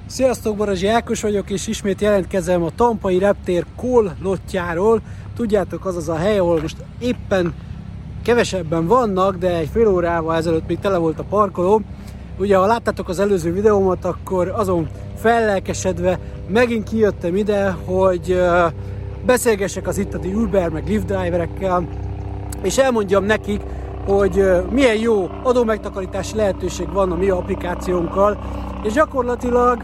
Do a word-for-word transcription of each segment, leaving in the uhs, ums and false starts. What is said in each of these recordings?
Sziasztok, Barazsi Ákos vagyok, és ismét jelentkezem a tampai reptér call lottjáról. Tudjátok, az az a hely, ahol most éppen kevesebben vannak, de egy fél órával ezelőtt még tele volt a parkoló. Ugye, ha láttátok az előző videómat, akkor azon fellelkesedve megint kijöttem ide, hogy beszélgessek az itteni Uber meg Lyft driverekkel, és elmondjam nekik, hogy milyen jó adómegtakarítási lehetőség van a mi applikációnkkal, és gyakorlatilag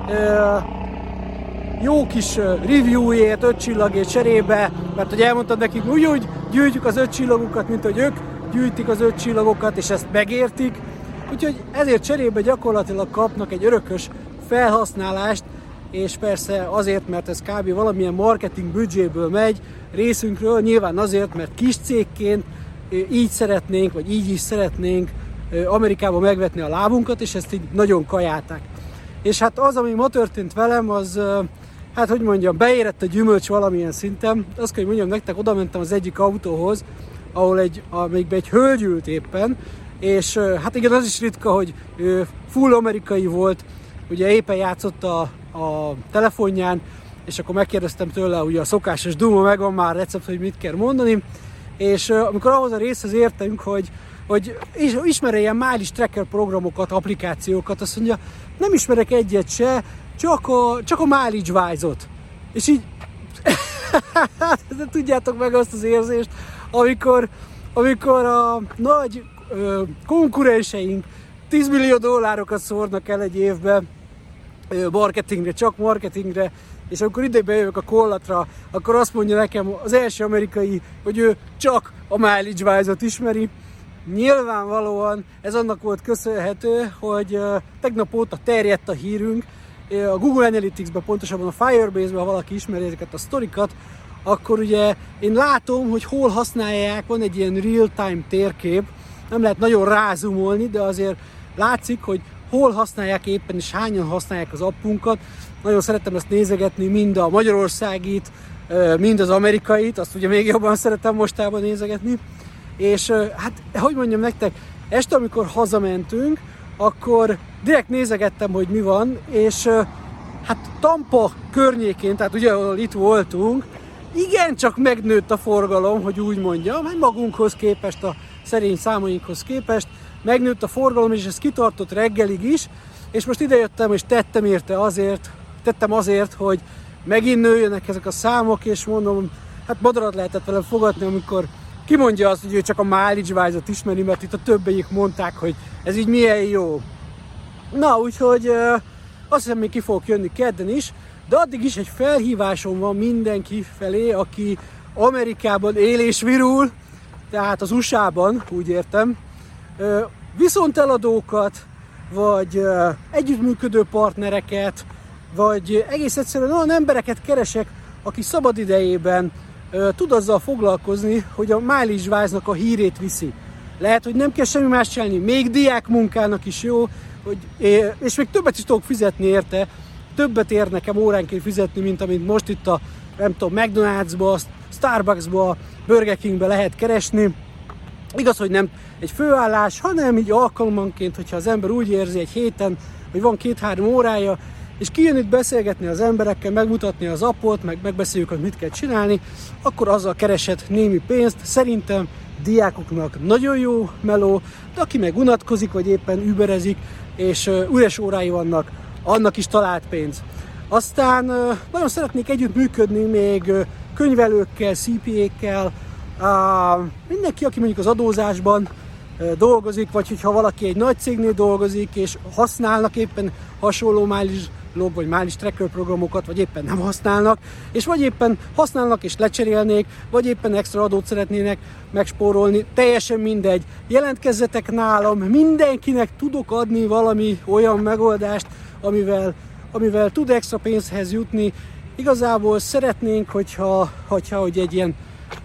jó kis reviewért, öt csillagért cserébe, mert hogy elmondtam nekik, úgy, úgy gyűjtjük az öt csillagokat, mint hogy ők gyűjtik az öt csillagokat, és ezt megértik. Úgyhogy ezért cserébe gyakorlatilag kapnak egy örökös felhasználást, és persze azért, mert ez kb. Valamilyen marketing büdzséből megy részünkről, nyilván azért, mert kis cégként így szeretnénk, vagy így is szeretnénk Amerikában megvetni a lábunkat, és ezt így nagyon kajálták. És hát az, ami ma történt velem, az, hát hogy mondjam, beérett a gyümölcs valamilyen szinten. Azt kell, hogy mondjam nektek, oda mentem az egyik autóhoz, ahol egy, amikben egy hölgy ült éppen, és hát igen, az is ritka, hogy full amerikai volt, ugye éppen játszott a, a telefonján, és akkor megkérdeztem tőle, ugye a szokásos duma, megvan már recept, hogy mit kell mondani, és amikor ahhoz a részhez értünk, hogy, hogy ismer ilyen mileage tracker programokat, applikációkat, azt mondja, nem ismerek egyet se, csak a, csak a mileage wise-ot. És így, tudjátok meg azt az érzést, amikor, amikor a nagy ö, konkurenseink tíz millió dollárokat szórnak el egy évben ö, marketingre, csak marketingre, és amikor ide bejövök a kollatra, akkor azt mondja nekem az első amerikai, hogy ő csak a mileage wise-ot ismeri. Nyilvánvalóan ez annak volt köszönhető, hogy uh, tegnap óta terjedt a hírünk. A Google Analytics-ben, pontosabban a Firebase-ben, ha valaki ismeri ezeket a sztorikat, akkor ugye én látom, hogy hol használják, van egy ilyen real-time térkép, nem lehet nagyon rázumolni, de azért látszik, hogy hol használják éppen, és hányan használják az appunkat. Nagyon szeretem ezt nézegetni, mind a magyarországit, mind az amerikait, azt ugye még jobban szeretem mostában nézegetni. És hát, hogy mondjam nektek, este, amikor hazamentünk, akkor direkt nézegettem, hogy mi van, és hát Tampa környékén, tehát ugye, ahol itt voltunk, igencsak megnőtt a forgalom, hogy úgy mondjam, hát magunkhoz képest, a szerény számainkhoz képest, megnőtt a forgalom, és ez kitartott reggelig is, és most idejöttem, és tettem érte azért, tettem azért, hogy megint nőjenek ezek a számok, és mondom, hát madarat lehetett velem fogadni, amikor kimondja azt, hogy ő csak a mileage wise-ot ismeri, mert itt a többiek mondták, hogy ez így milyen jó. Na, úgyhogy uh, azt hiszem, még ki fogok jönni kedden is, de addig is egy felhívásom van mindenki felé, aki Amerikában él és virul, tehát az u es á-ban, úgy értem, uh, viszonteladókat, vagy uh, együttműködő partnereket, vagy egész egyszerűen olyan embereket keresek, aki szabad idejében uh, tud azzal foglalkozni, hogy a mileage wise-nak a hírét viszi. Lehet, hogy nem kell semmi más csinálni, még diák munkának is jó, hogy, és még többet is tudok fizetni érte, többet ér nekem óránként fizetni, mint amit most itt a, nem tudom, McDonald'sba, Starbucksba, Burger Kingbe lehet keresni. Igaz, hogy nem egy főállás, hanem így alkalmanként, hogyha az ember úgy érzi egy héten, hogy van két-három órája, és kijön itt beszélgetni az emberekkel, megmutatni az appot, meg megbeszéljük, hogy mit kell csinálni, akkor azzal keresett némi pénzt. Szerintem diákoknak nagyon jó meló, de aki meg unatkozik, vagy éppen überezik, és üres órái vannak, annak is talált pénz. Aztán nagyon szeretnék együtt működni még könyvelőkkel, cé pé á-kkel, mindenki, aki mondjuk az adózásban dolgozik, vagy hogyha valaki egy nagy cégnél dolgozik, és használnak éppen hasonló mileage log, vagy mileage tracker programokat, vagy éppen nem használnak, és vagy éppen használnak és lecserélnék, vagy éppen extra adót szeretnének megspórolni, teljesen mindegy. Jelentkezzetek nálam, mindenkinek tudok adni valami olyan megoldást, amivel, amivel tud extra pénzhez jutni. Igazából szeretnénk, hogyha, hogyha hogy egy ilyen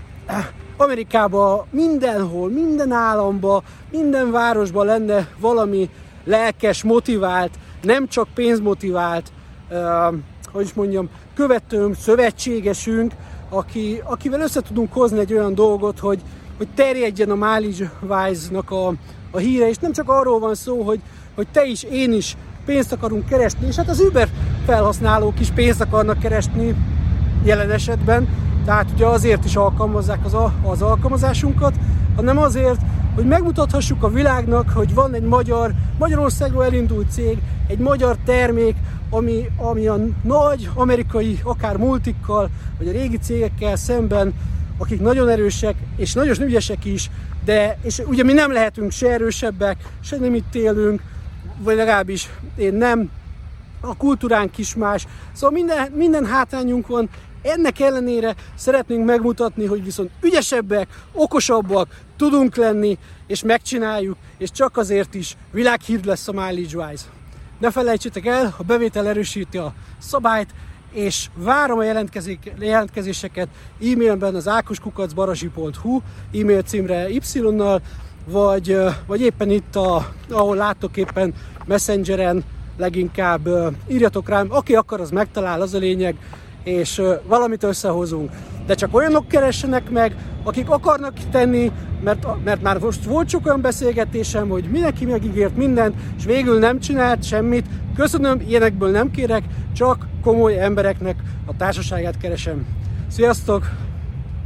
Amerikában mindenhol, minden államban, minden városban lenne valami lelkes, motivált, nem csak pénzmotivált, uh, hogy is mondjam, követőnk, szövetségesünk, aki, akivel össze tudunk hozni egy olyan dolgot, hogy, hogy terjedjen a mileage wise-nak a, a híre, és nem csak arról van szó, hogy, hogy te is, én is pénzt akarunk keresni, és hát az Uber felhasználók is pénzt akarnak keresni jelen esetben, tehát ugye azért is alkalmazzák az, az alkalmazásunkat, hanem azért, hogy megmutathassuk a világnak, hogy van egy magyar, Magyarországról elindult cég, egy magyar termék, ami, ami a nagy amerikai, akár multikkal, vagy a régi cégekkel szemben, akik nagyon erősek, és nagyon ügyesek is, de és ugye mi nem lehetünk se erősebbek, se nem itt élünk, vagy legalábbis én nem, a kultúránk is más, szóval minden, minden hátrányunk van. Ennek ellenére szeretnénk megmutatni, hogy viszont ügyesebbek, okosabbak tudunk lenni, és megcsináljuk, és csak azért is világhír lesz a MileageWise. Ne felejtsétek el, a bevétel erősíti a szabályt, és várom a jelentkezéseket e-mailben az ákoskukac barazsi pont hu e-mail címre Y-nal, vagy, vagy éppen itt, a, ahol láttok éppen Messengeren, leginkább írjatok rám, aki akar, az megtalál, az a lényeg, és valamit összehozunk. De csak olyanok keressenek meg, akik akarnak tenni, mert, mert már most volt sok olyan beszélgetésem, hogy mindenki megígért mindent, és végül nem csinált semmit. Köszönöm, ilyenekből nem kérek, csak komoly embereknek a társaságát keresem. Sziasztok!